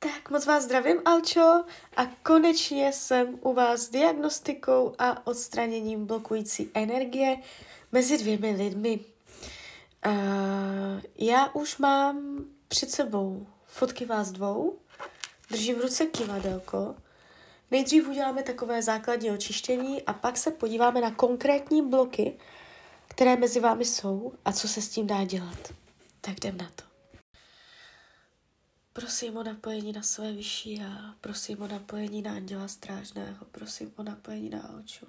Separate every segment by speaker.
Speaker 1: Tak moc vás zdravím, Alčo, a konečně jsem u vás s diagnostikou a odstraněním blokující energie mezi dvěmi lidmi. Já už mám před sebou fotky vás dvou, držím v ruce kyvadelko. Nejdřív uděláme takové základní očištění a pak se podíváme na konkrétní bloky, které mezi vámi jsou a co se s tím dá dělat. Tak jdem na to. Prosím o napojení na své vyšší já, prosím o napojení na anděla strážného, prosím o napojení na Alču.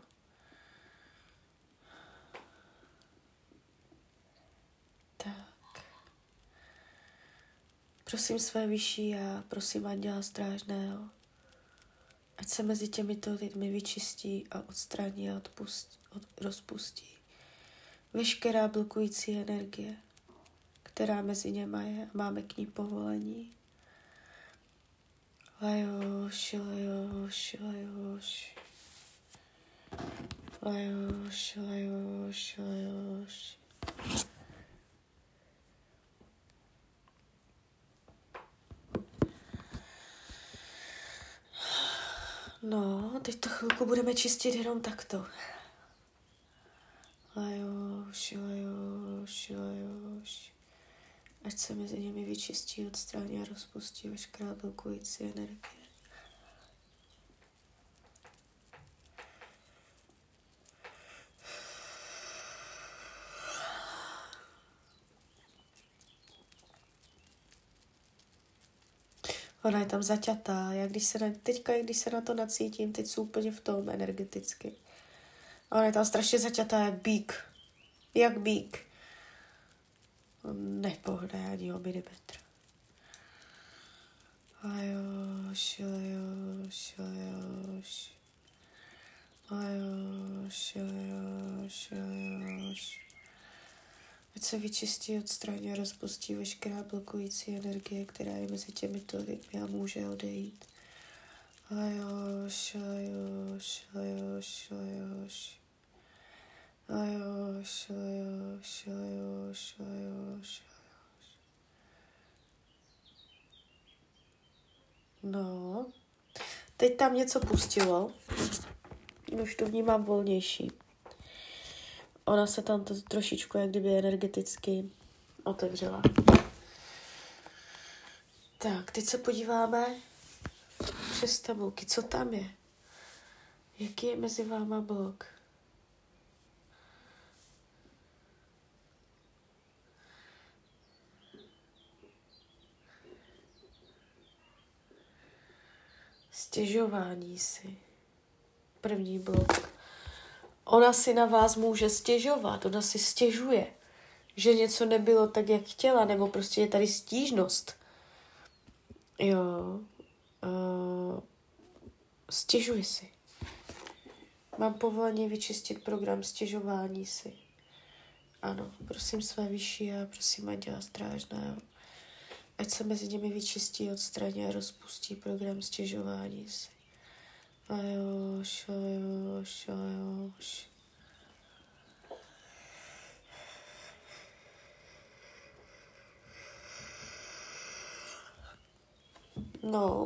Speaker 1: Tak. Prosím své vyšší já, prosím anděla strážného, ať se mezi těmito lidmi vyčistí a odstraní a rozpustí veškerá blokující energie, která mezi něma je a máme k ní povolení. Lajoš, lajoš, lajoš. Lajoš, lajoš, lajoš. No, teď to chvilku budeme čistit jenom takto. Lajoš, lajoš, lajoš. Ať se mezi nimi vyčistí, odstraní a rozpustí veškerá blokující energie. Ona je tam zaťatá. Teďka, když se na to nacítím, teď jsou úplně v tom energeticky. Ona je tam strašně zaťatá, jak bík. Jak bík. Nepohne ani o milimetr. Lajoš, lajoš, lajoš. Lajoš, lajoš, lajoš. Ať se vyčistí, odstraní a rozpustí veškerá blokující energie, která je mezi těmito lidmi a může odejít. Lajoš, lajoš, lajoš, lajoš. Lajoš, lajoš, lajoš, lajoš. No, teď tam něco pustilo. Už to vnímám volnější. Ona se tam to trošičku jak kdyby energeticky otevřela. Tak, teď se podíváme přes tabulky. Co tam je? Jaký je mezi váma blok? Stěžování si. První blok. Ona si na vás může stěžovat, ona si stěžuje, že něco nebylo tak, jak chtěla, nebo prostě je tady stížnost. Jo. Stěžuji si. Mám povolení vyčistit program stěžování si. Ano, prosím své vyšší a prosím anděla strážného. Ať se mezi nimi vyčistí, odstraní a rozpustí program stěžování si. Lajoš, lajoš, lajoš. No.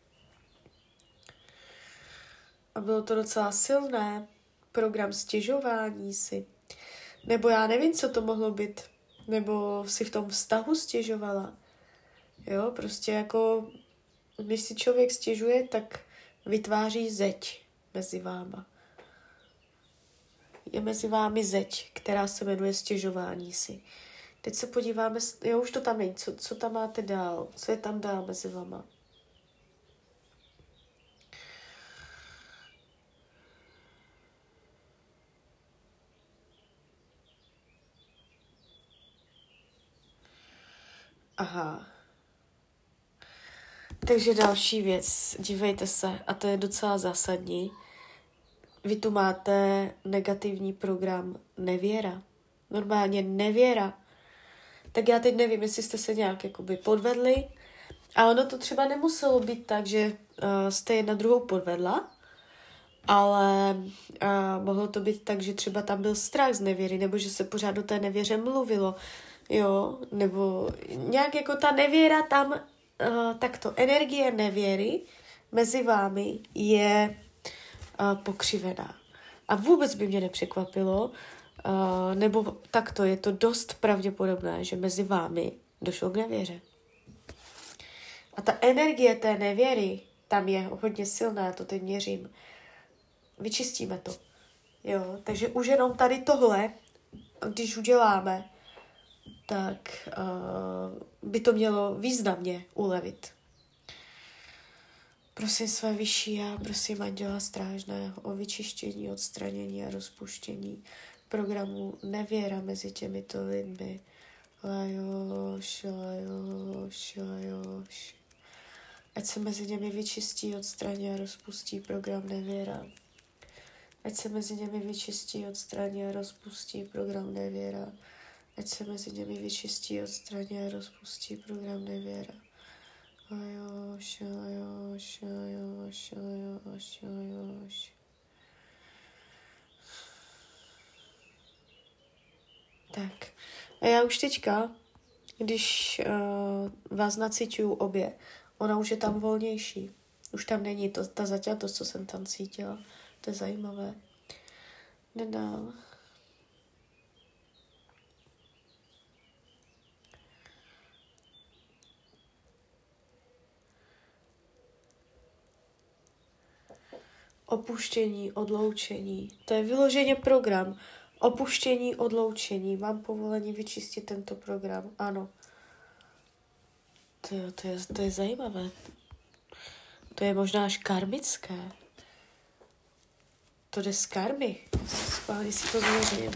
Speaker 1: A bylo to docela silné. Program stěžování si. Nebo já nevím, co to mohlo být. Nebo si v tom vztahu stěžovala. Jo, prostě jako, když si člověk stěžuje, tak vytváří zeď mezi váma. Je mezi vámi zeď, která se jmenuje stěžování si. Teď se podíváme, jo, už to tam není, co tam máte dál, co je tam dál mezi váma. Aha. Takže další věc, dívejte se, a to je docela zásadní. Vy tu máte negativní program nevěra. Normálně nevěra. Tak já teď nevím, jestli jste se nějak jakoby podvedli. A ono to třeba nemuselo být tak, že jste jedna druhou podvedla, ale mohlo to být tak, že třeba tam byl strach z nevěry, nebo že se pořád do té nevěře mluvilo, jo, nebo nějak jako ta nevěra tam takto, energie nevěry mezi vámi je pokřivená. A vůbec by mě nepřekvapilo, nebo takto, je to dost pravděpodobné, že mezi vámi došlo k nevěře. A ta energie té nevěry tam je hodně silná, to teď měřím. Vyčistíme to. Jo, takže už jenom tady tohle, když uděláme, tak by to mělo významně ulevit. Prosím své vyšší a prosím Anděla Strážného o vyčištění, odstranění a rozpuštění programu nevěra mezi těmito lidmi. Lajoš, lajoš, lajoš. Ať se mezi němi vyčistí, odstraní a rozpustí program nevěra. Ať se mezi němi vyčistí, odstraní a rozpustí program nevěra. Ať se mezi němi vyčistí, odstraní a rozpustí program nevěra. Lajoš, lajoš, lajoš, lajoš, lajoš. Tak. A já už teďka, když vás naciťuju obě, ona už je tam volnější. Už tam není ta zaťatost, co jsem tam cítila. To je zajímavé. Nedál. Opuštění, odloučení. To je vyloženě program. Opuštění, odloučení. Mám povolení vyčistit tento program. Ano. To je zajímavé. To je možná až karmické. To jde z karmy. Spálně si to změřím.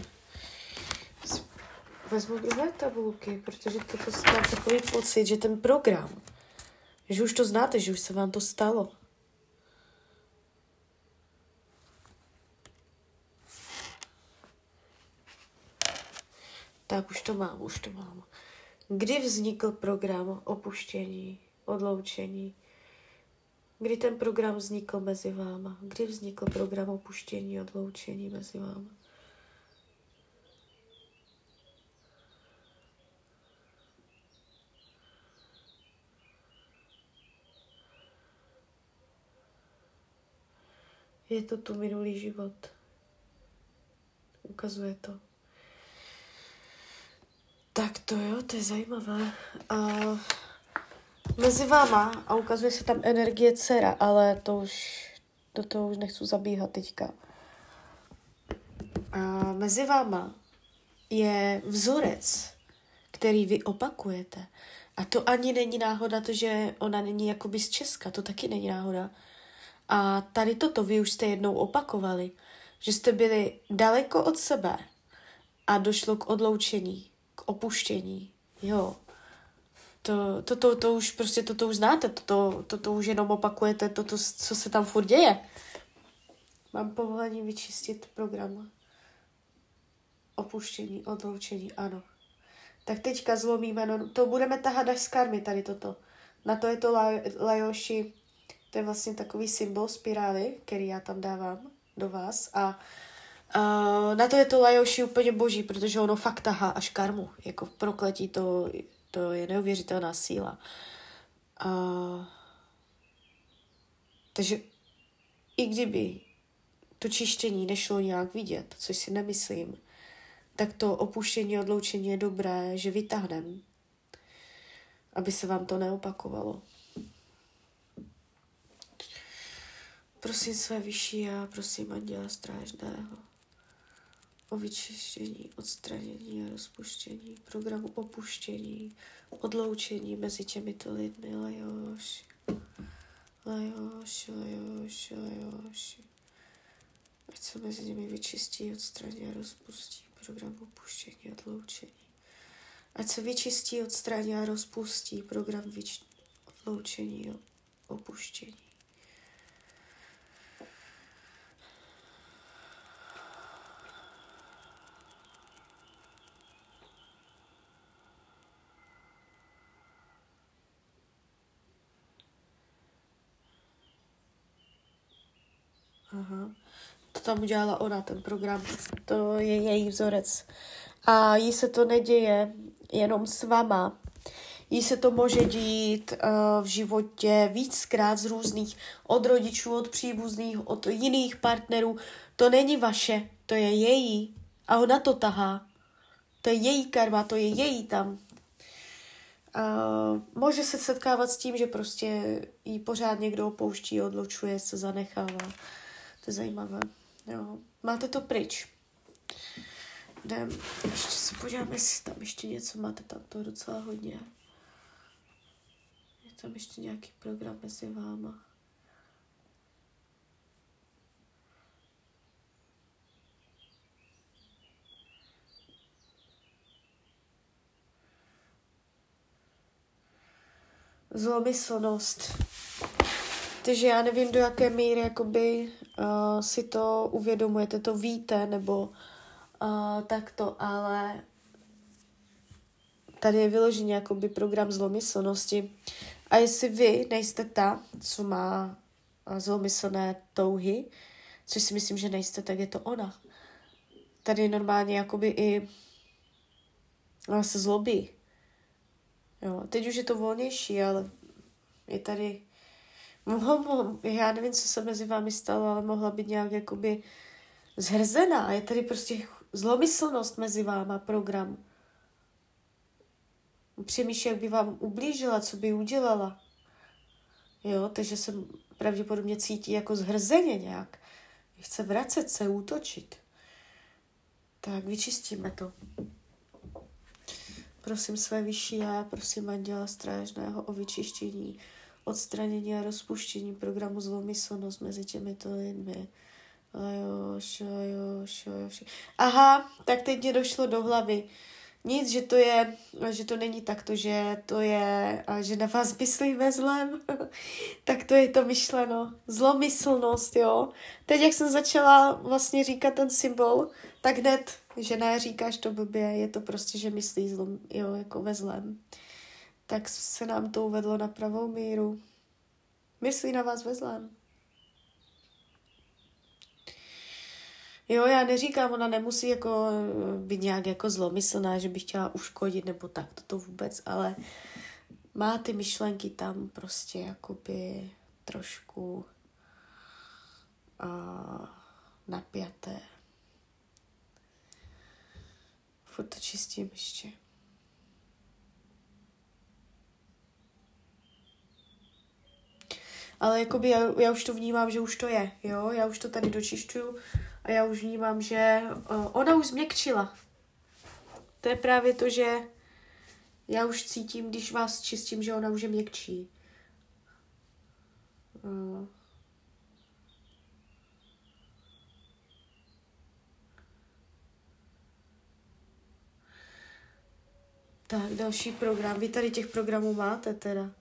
Speaker 1: Vezmu druhé tabulky, protože toto mám takový pocit, že ten program, že už to znáte, že už se vám to stalo. Tak, už to mám. Kdy vznikl program opuštění, odloučení? Kdy ten program vznikl mezi váma? Kdy vznikl program opuštění, odloučení mezi váma? Je to tu minulý život. Ukazuje to. Tak to jo, to je zajímavé. Mezi váma, a ukazuje se tam energie dcera, ale do toho už nechci zabíhat teďka. Mezi váma je vzorec, který vy opakujete. A to ani není náhoda, to, že ona není jakoby z Česka, to taky není náhoda. A tady toto vy už jste jednou opakovali, že jste byli daleko od sebe a došlo k odloučení, k opuštění, jo. To už prostě, toto už znáte, toto už jenom opakujete, toto, co se tam furt děje. Mám povolení vyčistit program. Opuštění, odloučení, ano. Tak teďka zlomíme, no to budeme tahat až z karmy, tady toto. Na to je to lajoši, to je vlastně takový symbol spirály, který já tam dávám do vás a na to je to lajoši úplně boží, protože ono fakt tahá až karmu, jako v prokletí to je neuvěřitelná síla. Takže i kdyby to čištění nešlo nějak vidět, což si nemyslím, tak to opuštění, odloučení je dobré, že vytáhnem, aby se vám to neopakovalo. Prosím své vyšší a prosím Anděla Strážného o vyčištění, odstranění a rozpuštění programu opuštění, odloučení mezi těmito lidmi. Lajoš, lajoš, lajoš, lajoš. Ať se mezi nimi vyčistí, odstraní a rozpustí program opuštění, odloučení. Ať se vyčistí, odstraní a rozpustí program odloučení a opuštění. Aha. To tam udělala ona, ten program. To je její vzorec. A jí se to neděje jenom s váma. Jí se to může dít v životě víckrát z různých, od rodičů, od příbuzných, od jiných partnerů. To není vaše, to je její. A ona to tahá. To je její karma, to je její tam. Může se setkávat s tím, že prostě jí pořád někdo opouští, odlučuje se, zanechává. To je zajímavé. Jo. Máte to pryč. Jdem. Ještě se podíváme, jestli tam ještě něco máte, tam to docela hodně. Je tam ještě nějaký program mezi váma. Zlomyslnost. Takže já nevím, do jaké míry jakoby, si to uvědomujete, to víte, nebo takto, ale tady je vyložený jakoby program zlomyslnosti. A jestli vy nejste ta, co má zlomyslné touhy, což si myslím, že nejste, tak je to ona. Tady normálně jakoby i ona se zlobí. Jo, teď už je to volnější, ale je tady já nevím, co se mezi vámi stalo, ale mohla být nějak jakoby zhrzená. Je tady prostě zlomyslnost mezi váma, program. Přemýšlí, jak by vám ublížila, co by udělala. Jo, takže se pravděpodobně cítí jako zhrzeně nějak. Chce vracet se, útočit. Tak, vyčistíme to. Prosím své vyšší já, prosím anděla strážného o vyčištění, odstranění a rozpuštění programu zlomyslnost mezi těmito lidmi. Ajoš. Aha, tak teď mě došlo do hlavy. Nic, že to není takto, že to je, že na vás myslí ve zlém. Tak to je to myšleno. Zlomyslnost, jo. Teď, jak jsem začala vlastně říkat ten symbol, tak hned, že ne, říkáš to blbě, je to prostě, že myslí zlom, jo, jako ve zlém. Tak se nám to uvedlo na pravou míru. Myslí na vás ve zlém. Jo, já neříkám, ona nemusí jako být nějak jako zlomyslná, že by chtěla uškodit nebo tak, to vůbec, ale má ty myšlenky tam prostě jakoby trošku napjaté. Furt to čistím ještě. Ale jakoby já už to vnímám, že už to je, jo, já už to tady dočišťuju a já už vnímám, že ona už změkčila. To je právě to, že já už cítím, když vás čistím, že ona už je měkčí. Tak, další program. Vy tady těch programů máte teda.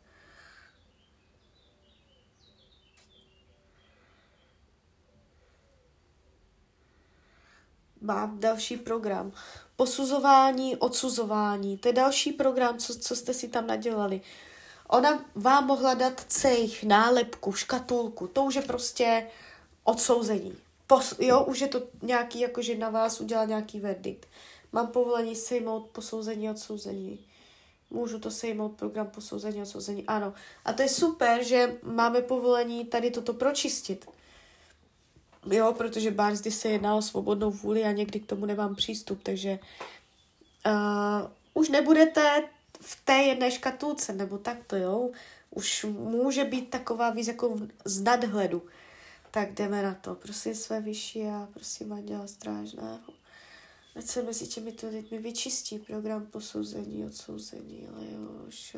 Speaker 1: Mám další program. Posuzování, odsuzování. To je další program, co jste si tam nadělali. Ona vám mohla dát cejch, nálepku, škatulku. To už je prostě odsouzení. Jo, už je to nějaký, jakože na vás udělal nějaký verdikt. Mám povolení sejmout posouzení, odsouzení. Můžu to sejmout, program posouzení, odsouzení. Ano. A to je super, že máme povolení tady toto pročistit. Jo, protože bárzdy se jedná o svobodnou vůli a někdy k tomu nemám přístup, takže už nebudete v té jedné škatulce, nebo takto, jo. Už může být taková víc jako z nadhledu. Tak jdeme na to. Prosím své vyšší a prosím anděla strážného. Ať se mezi těmito lidmi vyčistí program posouzení, odsouzení. Lejoš.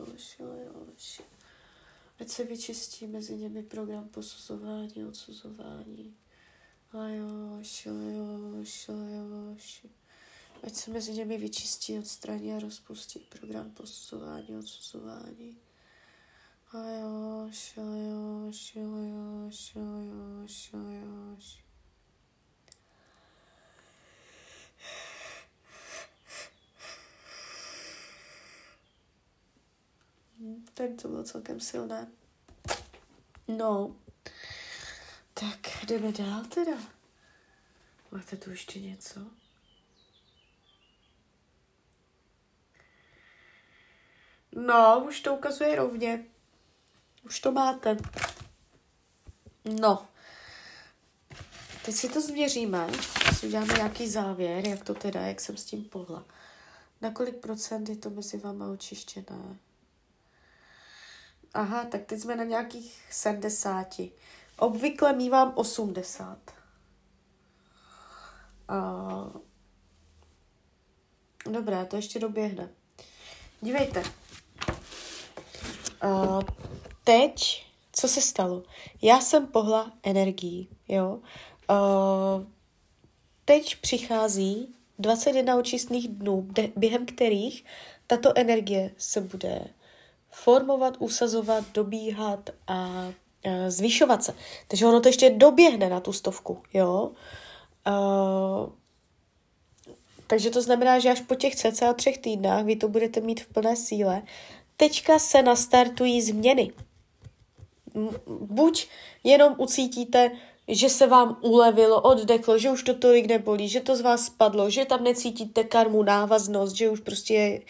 Speaker 1: Ať se vyčistí mezi nimi program posuzování, odsuzování. Lejoš. Ať se mezi nimi vyčistí, odstraní a rozpustí program posuzování, odsuzování. Lejoš. Tak to bylo celkem silné. No, tak jdeme dál teda. Máte tu ještě něco? No, už to ukazuje rovně. Už to máte. No. Teď si to změříme. Si uděláme nějaký závěr, jak to teda, jak jsem s tím pohla. Na kolik procent je to mezi váma očištěné? Aha, tak teď jsme na nějakých 70. Obvykle mívám 80. Dobré, to ještě doběhne. Dívejte. Teď, co se stalo? Já jsem pohla energií, jo. Teď přichází 21 očistných dnů, během kterých tato energie se bude formovat, usazovat, dobíhat a zvyšovat se. Takže ono to ještě doběhne na tu 100, jo. Takže to znamená, že až po těch cca 3 týdnách vy to budete mít v plné síle. Teďka se nastartují změny. Buď jenom ucítíte, že se vám ulevilo, oddechlo, že už to tolik nebolí, že to z vás spadlo, že tam necítíte karmu, návaznost, že už prostě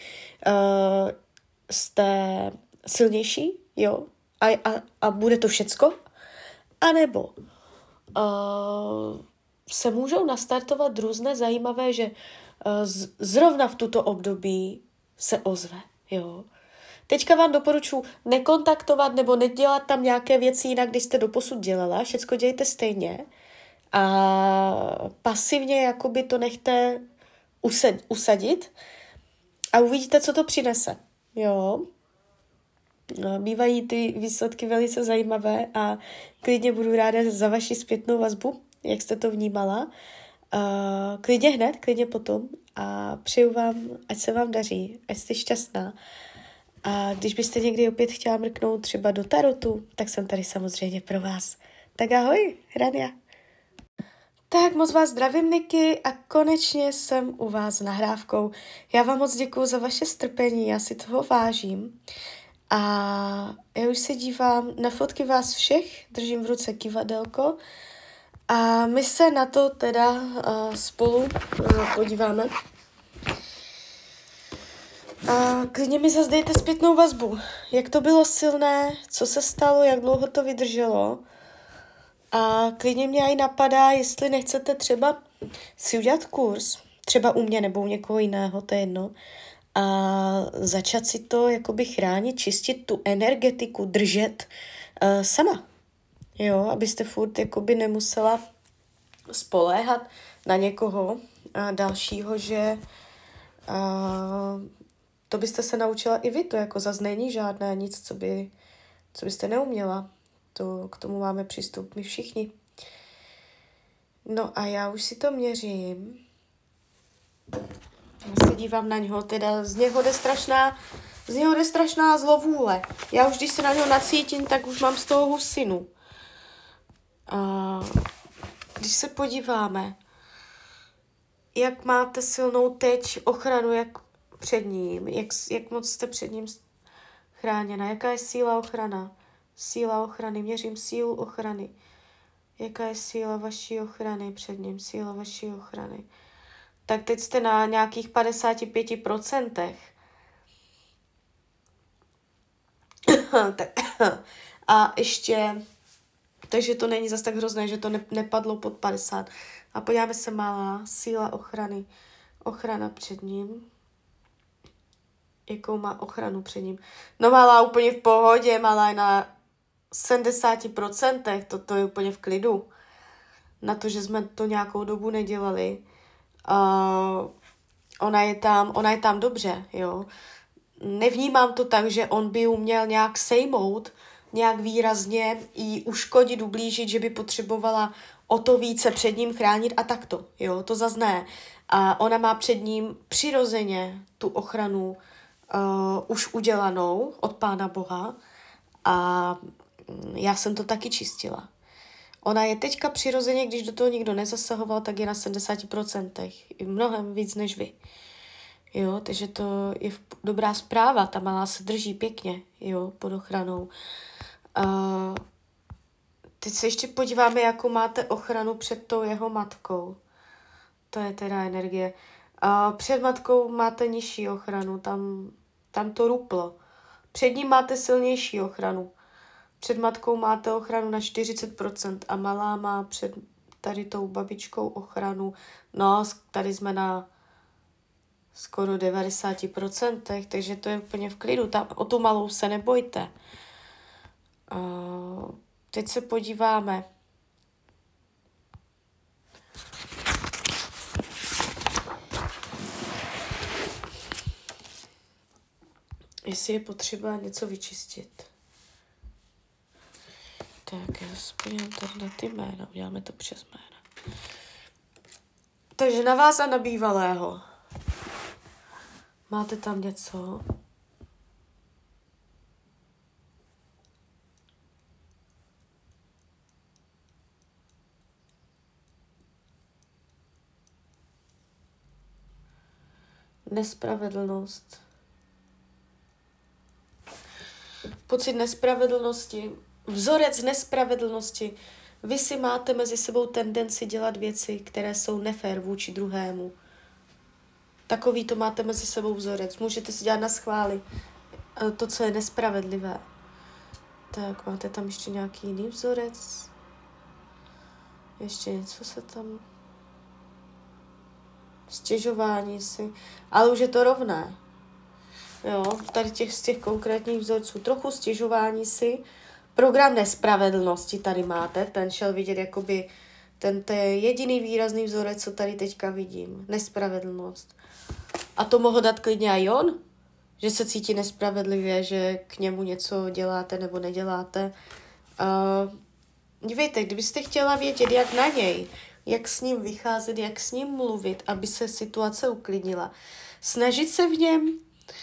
Speaker 1: jste silnější, jo, a bude to všecko. A nebo se můžou nastartovat různé zajímavé, že zrovna v tuto období se ozve, jo. Teďka vám doporučuji nekontaktovat nebo nedělat tam nějaké věci jinak, když jste doposud dělala. Všecko dějte stejně. A pasivně jakoby to nechte usadit a uvidíte, co to přinese. Jo. Bývají ty výsledky velice zajímavé a klidně budu ráda za vaši zpětnou vazbu, jak jste to vnímala. Klidně hned, klidně potom a přeju vám, ať se vám daří, ať jste šťastná. A když byste někdy opět chtěla mrknout třeba do tarotu, tak jsem tady samozřejmě pro vás. Tak ahoj, Rania. Tak moc vás zdravím, Niky, a konečně jsem u vás s nahrávkou. Já vám moc děkuju za vaše strpení, já si toho vážím. A já už se dívám na fotky vás všech, držím v ruce kivadelko a my se na to teda spolu podíváme. A klidně mi zase dejte zpětnou vazbu. Jak to bylo silné, co se stalo, jak dlouho to vydrželo. A klidně mě i napadá, jestli nechcete třeba si udělat kurz, třeba u mě nebo u někoho jiného, to je jedno, a začat si to jakoby chránit, čistit tu energetiku, držet sama. Jo, abyste furt jakoby nemusela spoléhat na někoho dalšího, že to byste se naučila i vy, to jako zase není žádné nic, co byste neuměla. K tomu máme přístup my všichni. No a já už si to měřím. Já se dívám na něho, teda z něho jde strašná zlovůle. Já už když se na něho nacítím, tak už mám z toho husinu. Když se podíváme, jak máte silnou teď ochranu, jak před ním, jak moc jste před ním chráněna, jaká je síla ochrana. Síla ochrany, měřím sílu ochrany. Jaká je síla vaší ochrany před ním, síla vaší ochrany. Tak teď jste na nějakých 55%. A ještě, takže to není zas tak hrozné, že to nepadlo pod 50. A podíváme se, malá síla ochrany. Ochrana před ním. Jakou má ochranu před ním? No malá úplně v pohodě, malá je na 70%, to je úplně v klidu. Na to, že jsme to nějakou dobu nedělali. Ona je tam dobře, jo. Nevnímám to tak, že on by uměl nějak sejmout, nějak výrazně jí uškodit, ublížit, že by potřebovala o to více před ním chránit a takto, jo, to zas ne. A ona má před ním přirozeně tu ochranu už udělanou od Pána Boha a já jsem to taky čistila. Ona je teďka přirozeně, když do toho nikdo nezasahoval, tak je na 70%. I mnohem víc než vy. Jo, takže to je dobrá zpráva. Ta malá se drží pěkně, jo, pod ochranou. Teď se ještě podíváme, jakou máte ochranu před tou jeho matkou. To je teda energie. Před matkou máte nižší ochranu, tam to ruplo. Před ním máte silnější ochranu. Před matkou máte ochranu na 40% a malá má před tady tou babičkou ochranu. No, tady jsme na skoro 90%, takže to je úplně v klidu. Tam, o tu malou se nebojte. Teď se podíváme. Jestli je potřeba něco vyčistit. Tak, já spojím tohle ty jména, uděláme to přes jména. Takže na vás a na bývalého. Máte tam něco? Nespravedlnost. Pocit nespravedlnosti. Vzorec nespravedlnosti. Vy si máte mezi sebou tendenci dělat věci, které jsou nefér vůči druhému. Takový to máte mezi sebou vzorec. Můžete si dělat na schvály to, co je nespravedlivé. Tak, máte tam ještě nějaký jiný vzorec? Ještě něco se tam... Stěžování si. Ale už je to rovné. Jo, tady z těch konkrétních vzorců. Trochu stěžování si. Program nespravedlnosti tady máte. Ten šel vidět jakoby... To je jediný výrazný vzorec, co tady teďka vidím. Nespravedlnost. A to mohl dát klidně i on? Že se cítí nespravedlivě, že k němu něco děláte nebo neděláte. Dívejte, kdybyste chtěla vědět, jak na něj, jak s ním vycházet, jak s ním mluvit, aby se situace uklidnila. Snažit se v něm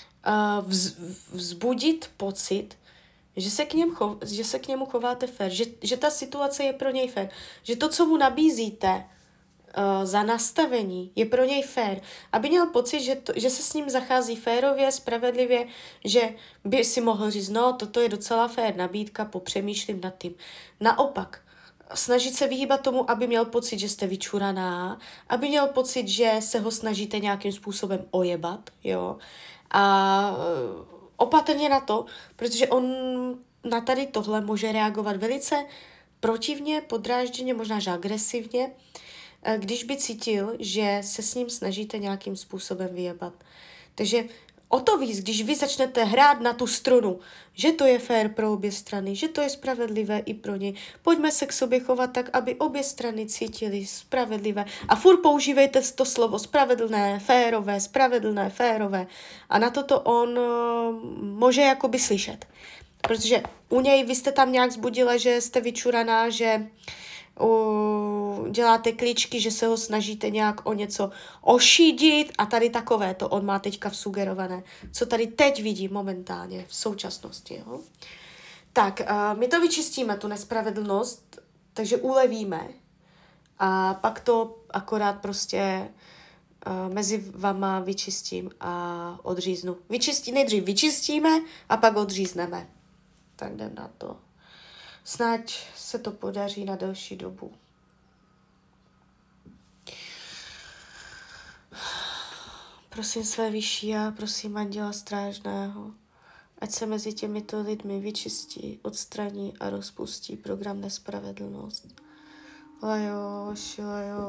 Speaker 1: vzbudit pocit, že se k němu chováte fér, že ta situace je pro něj fér, že to, co mu nabízíte za nastavení, je pro něj fér. Aby měl pocit, že se s ním zachází férově, spravedlivě, že by si mohl říct, no, toto je docela fér nabídka, popřemýšlím nad tím. Naopak, snažit se vyhýbat tomu, aby měl pocit, že jste vyčuraná, aby měl pocit, že se ho snažíte nějakým způsobem ojebat, jo. A opatrně na to, protože on na tady tohle může reagovat velice protivně, podrážděně, možná že agresivně, když by cítil, že se s ním snažíte nějakým způsobem vyjebat. Takže o to víc, když vy začnete hrát na tu strunu, že to je fér pro obě strany, že to je spravedlivé i pro něj. Pojďme se k sobě chovat tak, aby obě strany cítily spravedlivé. A furt používejte to slovo spravedlné, férové. A na toto on může jakoby slyšet. Protože u něj vy jste tam nějak zbudila, že jste vyčuraná, že děláte kličky, že se ho snažíte nějak o něco ošidit a tady takové to on má teďka vsugerované, co tady teď vidí momentálně v současnosti. Jo? Tak, my to vyčistíme, tu nespravedlnost, takže ulevíme a pak to akorát prostě mezi vama vyčistím a odříznu. Nejdřív vyčistíme a pak odřízneme. Tak jdem na to. Snad se to podaří na delší dobu. Prosím své vyšší a prosím anděla strážného, ať se mezi těmito lidmi vyčistí, odstraní a rozpustí program nespravedlnost. Lajoši.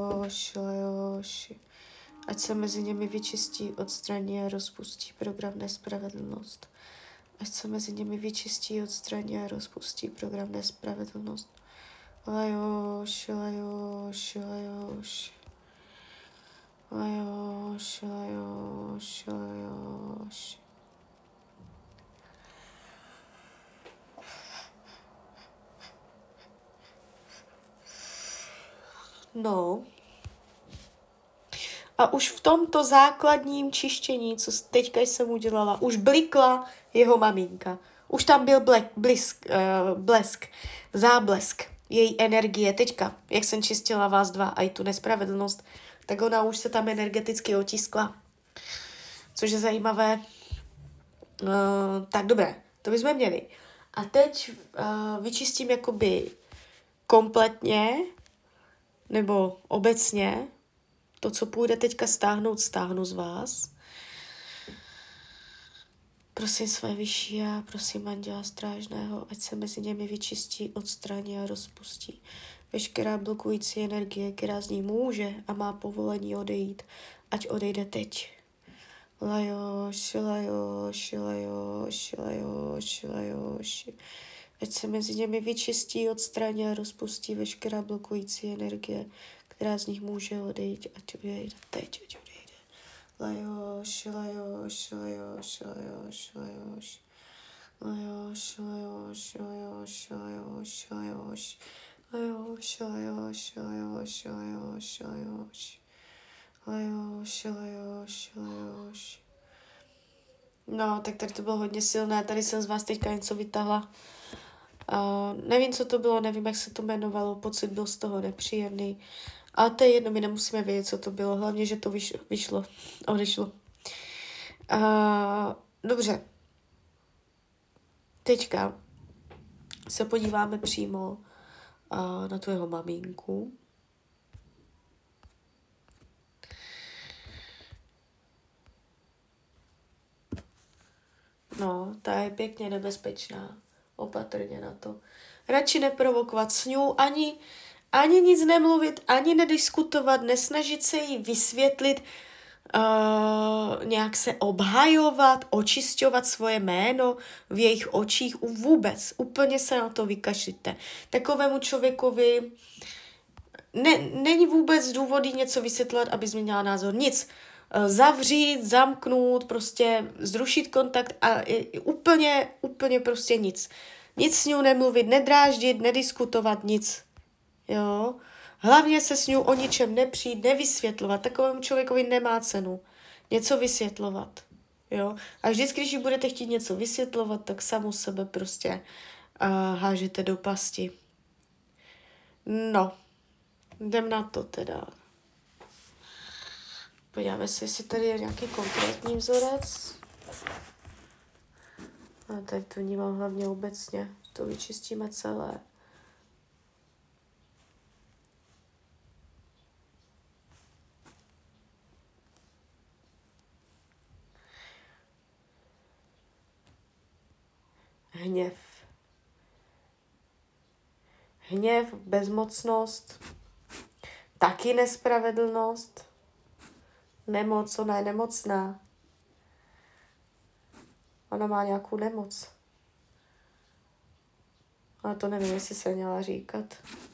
Speaker 1: Ať se mezi nimi vyčistí, odstraní a rozpustí program nespravedlnost. Ať se mezi nimi vyčistí, odstraní a rozpustí program nespravedlnost. Lajoši. No. A už v tomto základním čištění, co teďka jsem udělala, už blikla jeho maminka. Už tam byl záblesk její energie. Teďka, jak jsem čistila vás dva a i tu nespravedlnost, tak ona už se tam energeticky otiskla. Což je zajímavé. Tak dobré, to bychom měli. A teď vyčistím jakoby kompletně, nebo obecně, to, co půjde teďka stáhnu z vás. Prosím své vyšší já, prosím anděla strážného, ať se mezi nimi vyčistí, odstraní a rozpustí veškerá blokující energie, která z ní může a má povolení odejít, ať odejde teď. Lajoš, lajoš, lajoš, lajoš, lajoš. Ať se mezi nimi vyčistí, odstraní a rozpustí veškerá blokující energie, která z nich může odejít, ať odejde teď, ať odejde. Lajoš, lajoš, lajoš, lajoš, lajoš. Lajoš, lajoš, lajoš, lajoš, lajoš. Lajoš, lajoš, lajoš, lajoš, lajoš. Lajoš, lajoš, lajoš. No, tak tady to bylo hodně silné. Tady jsem z vás teďka něco vytahla. Nevím, co to bylo, nevím, jak se to jmenovalo. Pocit byl z toho nepříjemný. Ale to je jedno, my nemusíme vědět, co to bylo. Hlavně, že to odešlo. Dobře. Teďka se podíváme přímo na tu jeho maminku. No, ta je pěkně nebezpečná. Opatrně na to. Radši neprovokovat s ní, ani nic nemluvit, ani nediskutovat, nesnažit se jí vysvětlit, nějak se obhajovat, očišťovat svoje jméno v jejich očích, vůbec, úplně se na to vykašlite. Takovému člověkovi není vůbec důvody něco vysvětlovat, aby změnila názor, nic. Zavřít, zamknout, prostě zrušit kontakt a úplně prostě nic. Nic s ní nemluvit, nedráždit, nediskutovat, nic. Jo? Hlavně se s ní o ničem nepřijít, nevysvětlovat. Takovému člověkovi nemá cenu něco vysvětlovat. Jo? A vždycky, když budete chtít něco vysvětlovat, tak samu sebe prostě hážete do pasti. No, jdem na to teda. Podíváme se, jestli tady je nějaký konkrétní vzorec. A tady to vnímám hlavně obecně. To vyčistíme celé. Hněv. Hněv, bezmocnost, taky nespravedlnost, nemoc, ona je nemocná. Ona má nějakou nemoc. Ale to nevím, jestli se měla říkat.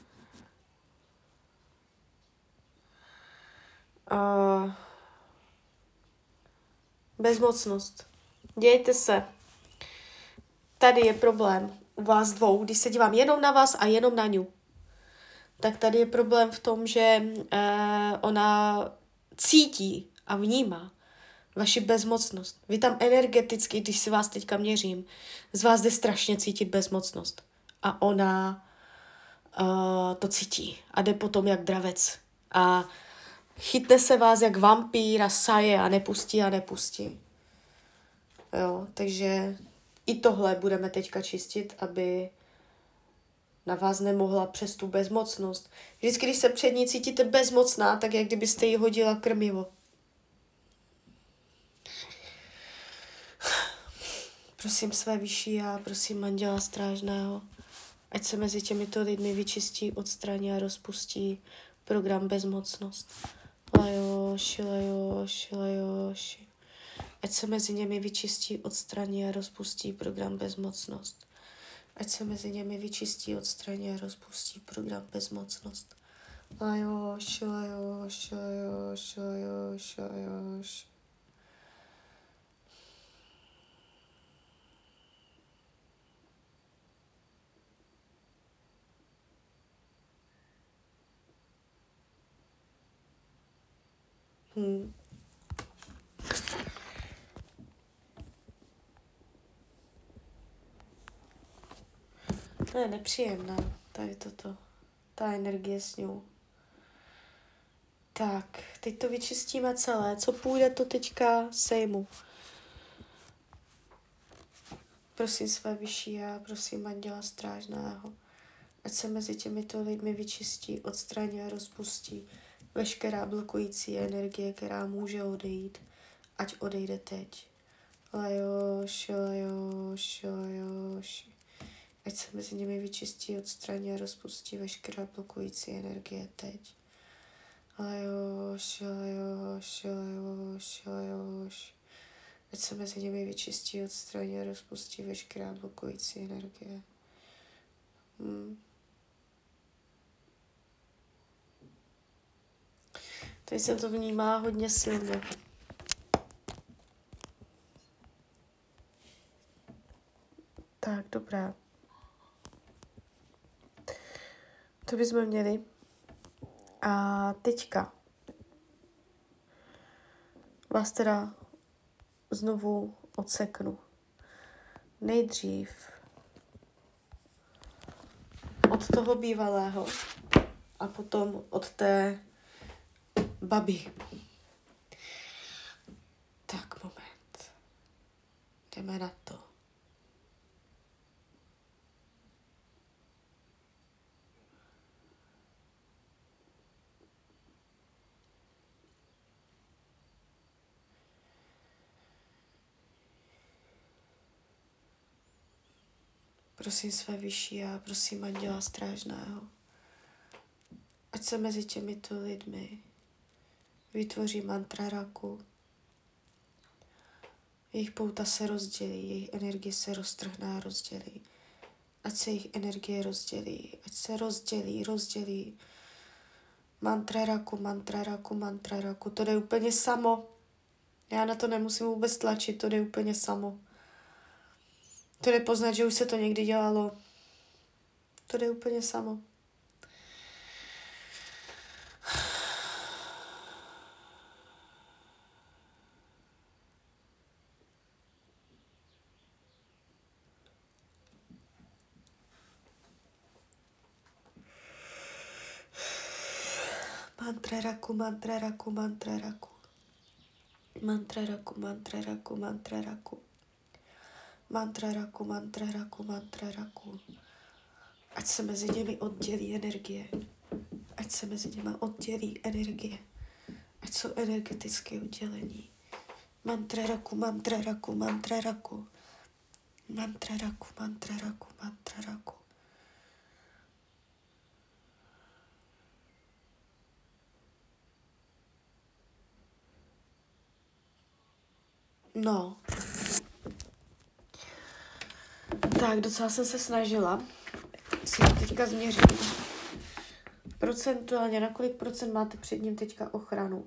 Speaker 1: Bezmocnost. Dějte se. Tady je problém u vás dvou, když se dívám jenom na vás a jenom na ňu. Tak tady je problém v tom, že ona cítí a vnímá vaši bezmocnost. Vy tam energeticky, když si vás teďka měřím, z vás jde strašně cítit bezmocnost. A ona to cítí a jde potom jak dravec. A chytne se vás jak vampír a saje a nepustí. Jo, takže i tohle budeme teďka čistit, aby na vás nemohla přes tu bezmocnost. Vždycky, když se před ní cítíte bezmocná, tak jak kdybyste jí hodila krmivo. Prosím své vyšší já, prosím anděla strážného, ať se mezi těmito lidmi vyčistí, odstraní a rozpustí program bezmocnost. Lajoši, lajoši, lajoši. Ať se mezi nimi vyčistí, odstraní a rozpustí program bezmocnost. Ať se mezi nimi vyčistí, odstraní a rozpustí program bezmocnost. Lajoši, lajoši, lajoši, lajoši, lajoši. To je nepříjemná, tady toto. Ta energie s ňou. Tak, teď to vyčistíme celé. Co půjde, to teďka sejmu. Prosím své vyšší já, prosím anděla strážného, ať se mezi těmito lidmi vyčistí, odstraní a rozpustí veškerá blokující energie, která může odejít, ať odejde teď. Lajoš, lajoš, lajoš. Ať se mezi nimi vyčistí, odstraní a rozpustí veškerá blokující energie teď. Lajoš, lajoš, lajoš, lajoš. Ať se mezi nimi vyčistí, odstraní a rozpustí veškerá blokující energie. Teď se to vnímá hodně silně. Tak, dobrá. To bychom měli. A teďka vás teda znovu odseknu. Nejdřív od toho bývalého a potom od té babi. Tak, moment. Jdeme na to. Prosím své vyšší a prosím anděla strážného, ať se mezi těmito lidmi vytvoří mantra raku. Jejich pouta se rozdělí, jejich energie se roztrhne a rozdělí. Ať se jejich energie rozdělí, ať se rozdělí. Mantra raku, mantra raku, mantra raku. To jde úplně samo. Já na to nemusím vůbec tlačit, to jde úplně samo. To jde poznat, že už se to někdy dělalo. To jde úplně samo. Mantra raku, mantra raku, mantra raku. Mantra raku, mantra raku, mantra raku. Mantra raku, mantra raku, mantra raku. Ať se mezi nimi oddělí energie. Ať se mezi nimi oddělí energie. Ať jsou energetické oddělení. Mantra raku, mantra raku, mantra raku. Mantra raku, mantra raku, mantra raku. No. Tak, docela jsem se snažila. Si to teďka změřím. Procentuálně, na kolik procent máte před ním teďka ochranu?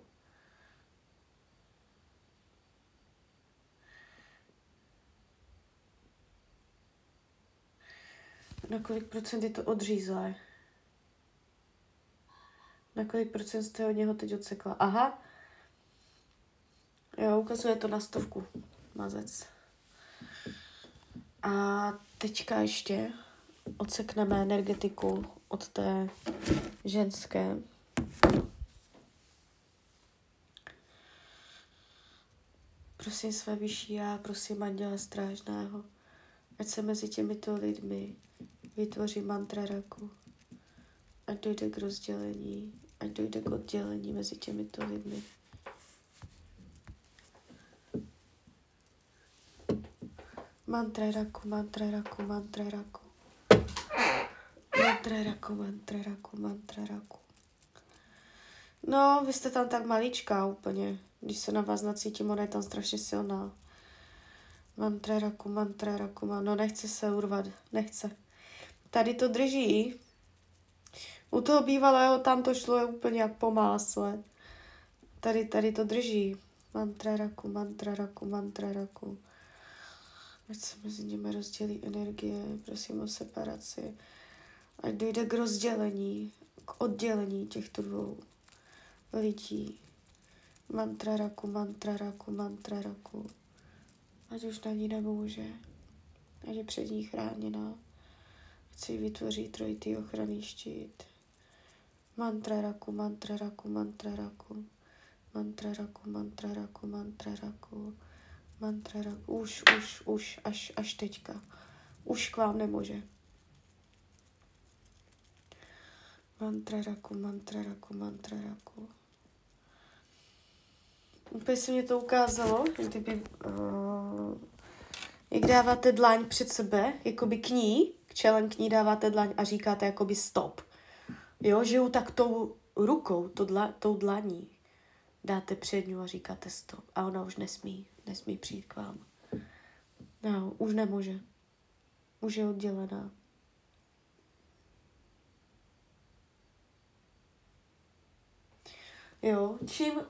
Speaker 1: Na kolik procent je to odřízlé? Na kolik procent jste od něho teď odsekla? Aha. Jo, ukazuje to na 100. Mazec. A teďka ještě odsekneme energetiku od té ženské. Prosím své vyšší já, prosím anděla strážného, ať se mezi těmito lidmi vytvoří mantra raku. Ať dojde k rozdělení, ať dojde k oddělení mezi těmito lidmi. Mantra raku, mantra raku, mantra raku. Mantra raku, mantra raku, mantra raku. No, vy jste tam tak maličká úplně. Když se na vás nacítím, ona je tam strašně silná. Mantra raku, mantra raku, no nechce se urvat, nechce. Tady to drží. U toho bývalého tam to šlo úplně jak po másle. Tady to drží. Mantra raku, mantra raku, mantra raku. Ať se mezi nimi rozdělí energie, prosím o separaci. Ať dojde k rozdělení, k oddělení těchto dvou lidí. Mantra raku, mantra raku, mantra raku. Ať už na ní nemůže. Ať je před ní chráněná. Ať si vytvoří trojitý ochranný štít. Mantra raku, mantra raku, mantra raku. Mantra raku, mantra raku, mantra raku. Mantra raku. Už, až teďka. Už k vám nemůže. Mantra raku, mantra raku, mantra raku. Úplně se mě to ukázalo, kdyby, jak dáváte dlaň před sebe, jakoby k ní, čelem k ní dáváte dlaň a říkáte jakoby stop. Jo, žiju tak tou rukou, tou dlaní. Dáte před ní a říkáte stop. A ona už nesmí přijít k vám. No, už nemůže. Už je oddělená. Jo,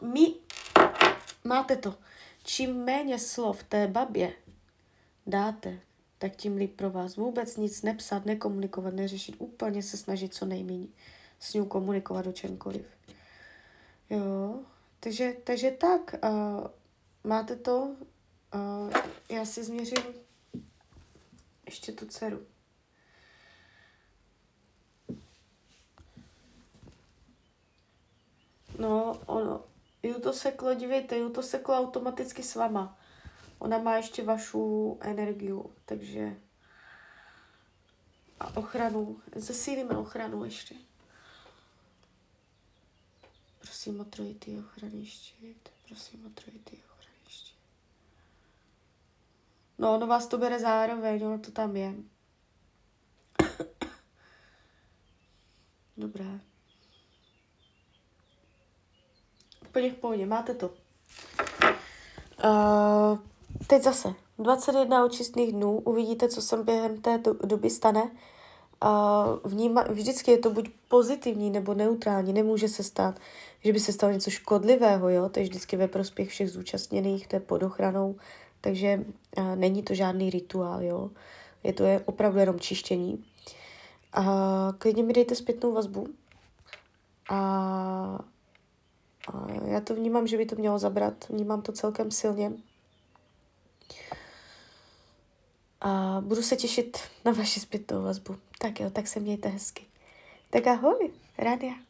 Speaker 1: máte to, čím méně slov té babě dáte, tak tím líp pro vás. Vůbec nic nepsat, nekomunikovat, neřešit, úplně se snažit co nejméně s ní komunikovat o čemkoliv. Jo, takže tak, máte to, já si změřím ještě tu dceru. No, ju to seklo, dívejte, ju to seklo automaticky s váma. Ona má ještě vašu energiu, takže a ochranu, zesílíme ochranu ještě. Prosím o trojitý ochranný štít, prosím o trojitý ochranný štít. No, ono vás to bere zároveň, ono to tam je. Dobré. Úplně v pohodě, máte to. Teď zase, 21 očistných dnů, uvidíte, co se během té doby stane. Vždycky je to buď pozitivní nebo neutrální, nemůže se stát, že by se stalo něco škodlivého, jo? To je vždycky ve prospěch všech zúčastněných, to je pod ochranou, takže není to žádný rituál, jo? Je to opravdu jenom čištění. Klidně mi dejte zpětnou vazbu a já to vnímám, že by to mělo zabrat, vnímám to celkem silně. A budu se těšit na vaši zpětnou vazbu. Tak jo, tak se mějte hezky. Tak ahoj, Rádia.